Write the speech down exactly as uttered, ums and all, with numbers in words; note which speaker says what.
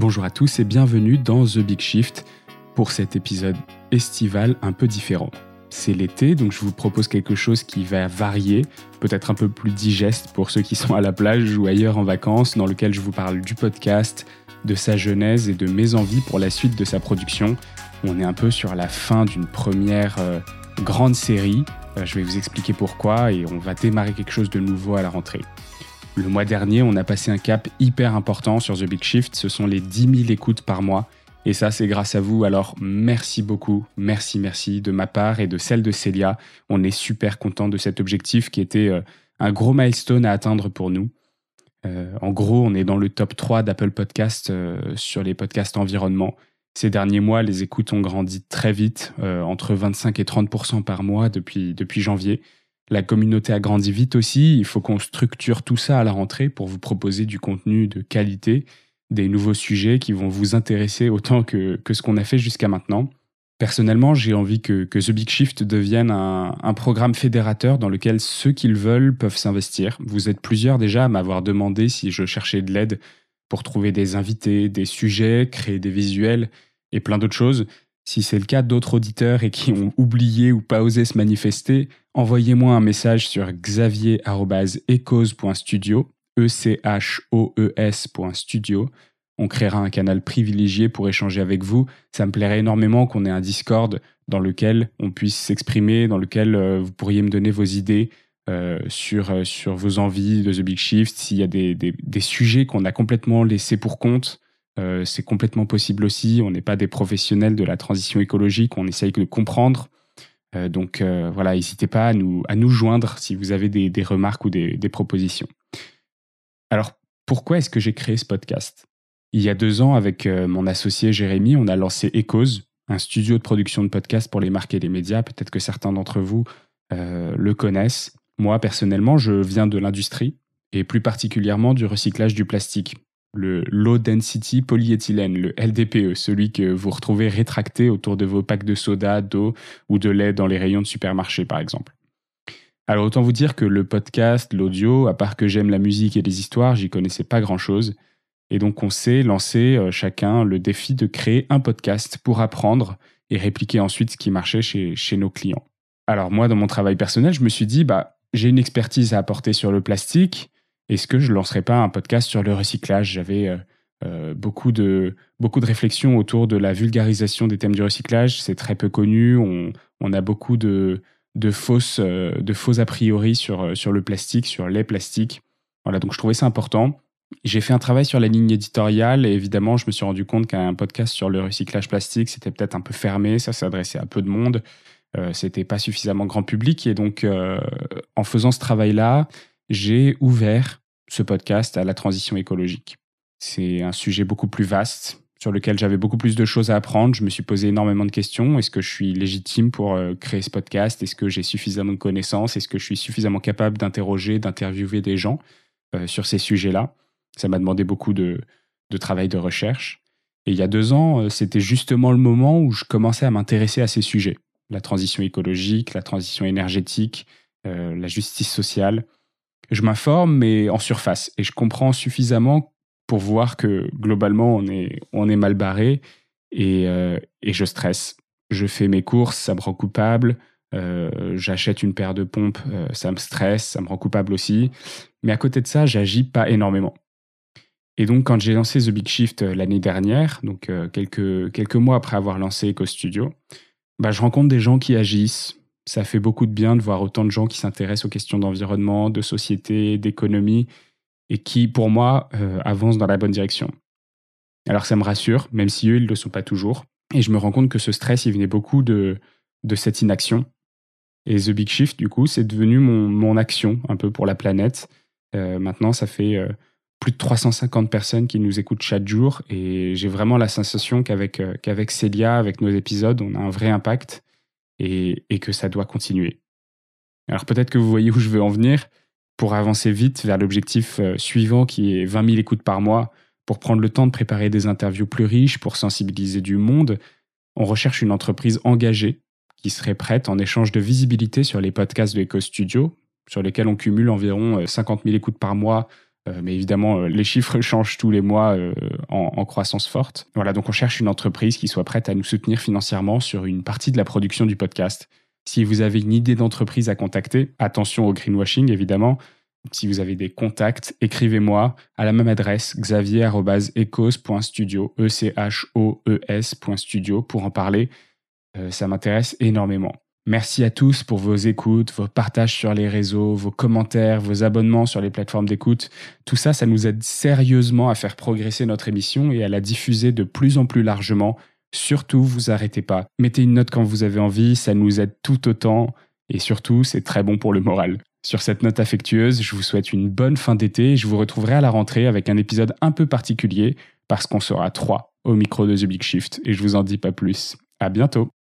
Speaker 1: Bonjour à tous et bienvenue dans The Big Shift pour cet épisode estival un peu différent. C'est l'été, donc je vous propose quelque chose qui va varier, peut-être un peu plus digeste pour ceux qui sont à la plage ou ailleurs en vacances, dans lequel je vous parle du podcast, de sa genèse et de mes envies pour la suite de sa production. On est un peu sur la fin d'une première euh, grande série, euh, je vais vous expliquer pourquoi et on va démarrer quelque chose de nouveau à la rentrée. Le mois dernier, on a passé un cap hyper important sur The Big Shift, ce sont les dix mille écoutes par mois. Et ça, c'est grâce à vous, alors merci beaucoup, merci, merci de ma part et de celle de Célia. On est super content de cet objectif qui était euh, un gros milestone à atteindre pour nous. Euh, en gros, on est dans le top trois d'Apple Podcasts euh, sur les podcasts environnement. Ces derniers mois, les écoutes ont grandi très vite, euh, entre vingt-cinq et trente pour cent par mois depuis, depuis janvier. La communauté a grandi vite aussi, il faut qu'on structure tout ça à la rentrée pour vous proposer du contenu de qualité, des nouveaux sujets qui vont vous intéresser autant que, que ce qu'on a fait jusqu'à maintenant. Personnellement, j'ai envie que, que The Big Shift devienne un, un programme fédérateur dans lequel ceux qui le veulent peuvent s'investir. Vous êtes plusieurs déjà à m'avoir demandé si je cherchais de l'aide pour trouver des invités, des sujets, créer des visuels et plein d'autres choses. Si c'est le cas d'autres auditeurs et qui ont oublié ou pas osé se manifester, envoyez-moi un message sur xavier arobase echoes point studio, e c h o e s point studio. On créera un canal privilégié pour échanger avec vous. Ça me plairait énormément qu'on ait un Discord dans lequel on puisse s'exprimer, dans lequel euh, vous pourriez me donner vos idées euh, sur, euh, sur vos envies de The Big Shift. S'il y a des, des, des sujets qu'on a complètement laissés pour compte, Euh, c'est complètement possible aussi. On n'est pas des professionnels de la transition écologique, on essaye de comprendre. Euh, donc euh, voilà, n'hésitez pas à nous, à nous joindre si vous avez des, des remarques ou des, des propositions. Alors, pourquoi est-ce que j'ai créé ce podcast ? Il y a deux ans, avec euh, mon associé Jérémy, on a lancé Echoes, un studio de production de podcasts pour les marques et les médias. Peut-être que certains d'entre vous euh, le connaissent. Moi, personnellement, je viens de l'industrie et plus particulièrement du recyclage du plastique. Le Low Density Polyéthylène, le L D P E, celui que vous retrouvez rétracté autour de vos packs de soda, d'eau ou de lait dans les rayons de supermarché, par exemple. Alors autant vous dire que le podcast, l'audio, à part que j'aime la musique et les histoires, j'y connaissais pas grand-chose. Et donc on s'est lancé euh, chacun le défi de créer un podcast pour apprendre et répliquer ensuite ce qui marchait chez, chez nos clients. Alors moi, dans mon travail personnel, je me suis dit, bah, j'ai une expertise à apporter sur le plastique. Est-ce que je ne lancerais pas un podcast sur le recyclage ? J'avais euh, euh, beaucoup, de, beaucoup de réflexions autour de la vulgarisation des thèmes du recyclage. C'est très peu connu. On, on a beaucoup de, de, fausses, euh, de faux a priori sur, sur le plastique, sur les plastiques. Voilà, donc je trouvais ça important. J'ai fait un travail sur la ligne éditoriale et évidemment, je me suis rendu compte qu'un podcast sur le recyclage plastique, c'était peut-être un peu fermé. Ça s'adressait à peu de monde. Euh, c'était pas suffisamment grand public. Et donc, euh, en faisant ce travail-là, j'ai ouvert ce podcast à la transition écologique. C'est un sujet beaucoup plus vaste, sur lequel j'avais beaucoup plus de choses à apprendre. Je me suis posé énormément de questions. Est-ce que je suis légitime pour euh, créer ce podcast ? Est-ce que j'ai suffisamment de connaissances ? Est-ce que je suis suffisamment capable d'interroger, d'interviewer des gens euh, sur ces sujets-là ? Ça m'a demandé beaucoup de, de travail de recherche. Et il y a deux ans, euh, c'était justement le moment où je commençais à m'intéresser à ces sujets. La transition écologique, la transition énergétique, euh, la justice sociale. Je m'informe, mais en surface. Et je comprends suffisamment pour voir que, globalement, on est, on est mal barré. Et, euh, et je stresse. Je fais mes courses, ça me rend coupable. Euh, j'achète une paire de pompes, euh, ça me stresse, ça me rend coupable aussi. Mais à côté de ça, j'agis pas énormément. Et donc, quand j'ai lancé The Big Shift euh, l'année dernière, donc euh, quelques, quelques mois après avoir lancé Echo Studio, bah, je rencontre des gens qui agissent. Ça fait beaucoup de bien de voir autant de gens qui s'intéressent aux questions d'environnement, de société, d'économie, et qui, pour moi, euh, avancent dans la bonne direction. Alors ça me rassure, même si eux, ils ne le sont pas toujours. Et je me rends compte que ce stress, il venait beaucoup de, de cette inaction. Et The Big Shift, du coup, c'est devenu mon, mon action, un peu pour la planète. Euh, maintenant, ça fait euh, plus de trois cent cinquante personnes qui nous écoutent chaque jour, et j'ai vraiment la sensation qu'avec, euh, qu'avec Célia, avec nos épisodes, on a un vrai impact. Et, et que ça doit continuer. Alors peut-être que vous voyez où je veux en venir. Pour avancer vite vers l'objectif euh, suivant qui est vingt mille écoutes par mois, pour prendre le temps de préparer des interviews plus riches, pour sensibiliser du monde, on recherche une entreprise engagée qui serait prête en échange de visibilité sur les podcasts de Echo Studio, sur lesquels on cumule environ cinquante mille écoutes par mois Euh, mais évidemment, euh, les chiffres changent tous les mois euh, en, en croissance forte. Voilà, donc on cherche une entreprise qui soit prête à nous soutenir financièrement sur une partie de la production du podcast. Si vous avez une idée d'entreprise à contacter, attention au greenwashing évidemment. Si vous avez des contacts, écrivez-moi à la même adresse xavier arobase echos point studio, E C H O E S point studio pour en parler. Euh, ça m'intéresse énormément. Merci à tous pour vos écoutes, vos partages sur les réseaux, vos commentaires, vos abonnements sur les plateformes d'écoute. Tout ça, ça nous aide sérieusement à faire progresser notre émission et à la diffuser de plus en plus largement. Surtout, vous arrêtez pas. Mettez une note quand vous avez envie, ça nous aide tout autant. Et surtout, c'est très bon pour le moral. Sur cette note affectueuse, je vous souhaite une bonne fin d'été et je vous retrouverai à la rentrée avec un épisode un peu particulier parce qu'on sera trois au micro de The Big Shift et je vous en dis pas plus. À bientôt.